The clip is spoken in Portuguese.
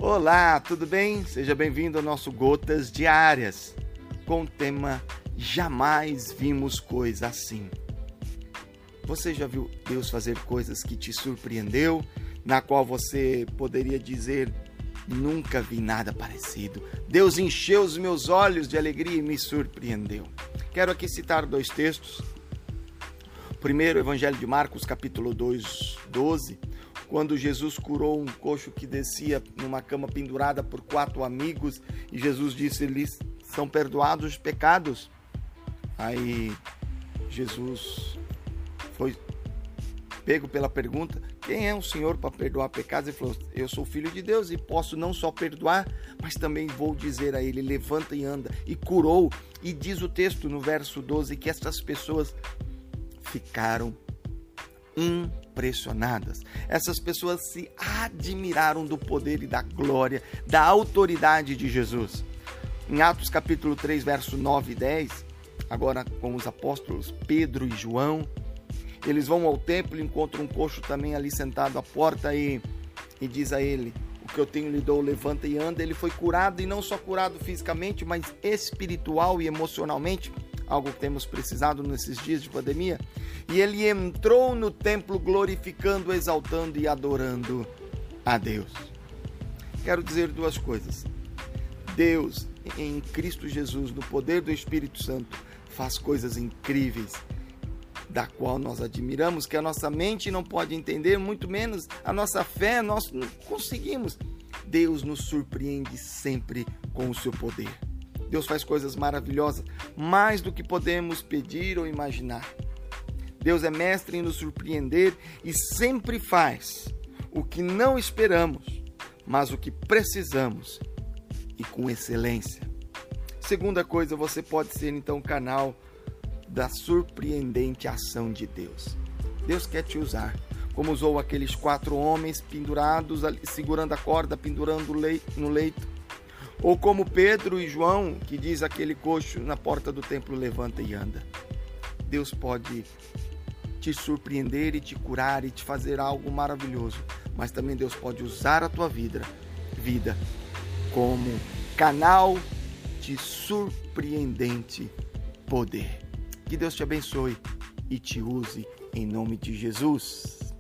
Olá, tudo bem? Seja bem-vindo ao nosso Gotas Diárias, com o tema Jamais Vimos Coisa Assim. Você já viu Deus fazer coisas que te surpreendeu, na qual você poderia dizer, nunca vi nada parecido. Deus encheu os meus olhos de alegria e me surpreendeu. Quero aqui citar 2 textos. Primeiro, Evangelho de Marcos, capítulo 2, 12, quando Jesus curou um coxo que descia numa cama pendurada por 4 amigos, e Jesus disse-lhes, são perdoados os pecados. Aí Jesus foi pego pela pergunta, quem é o Senhor para perdoar pecados? Ele falou, eu sou filho de Deus e posso não só perdoar, mas também vou dizer a ele, levanta e anda. E curou, e diz o texto no verso 12, que essas pessoas ficaram impressionadas. Essas pessoas se admiraram do poder e da glória, da autoridade de Jesus. Em Atos capítulo 3, verso 9 e 10, agora com os apóstolos Pedro e João, eles vão ao templo e encontram um coxo também ali sentado à porta e diz a ele, o que eu tenho lhe dou, levanta e anda. Ele foi curado, e não só curado fisicamente, mas espiritual e emocionalmente, algo que temos precisado nesses dias de pandemia. E ele entrou no templo glorificando, exaltando e adorando a Deus. Quero dizer 2 coisas. Deus, em Cristo Jesus, no poder do Espírito Santo, faz coisas incríveis, da qual nós admiramos, que a nossa mente não pode entender, muito menos a nossa fé, nós não conseguimos. Deus nos surpreende sempre com o seu poder. Deus faz coisas maravilhosas, mais do que podemos pedir ou imaginar. Deus é mestre em nos surpreender e sempre faz o que não esperamos, mas o que precisamos e com excelência. Segunda coisa, você pode ser então canal da surpreendente ação de Deus. Deus quer te usar, como usou aqueles 4 homens pendurados, segurando a corda, pendurando no leito. Ou como Pedro e João, que diz aquele coxo na porta do templo, levanta e anda. Deus pode te surpreender e te curar e te fazer algo maravilhoso, mas também Deus pode usar a tua vida como canal de surpreendente poder. Que Deus te abençoe e te use em nome de Jesus.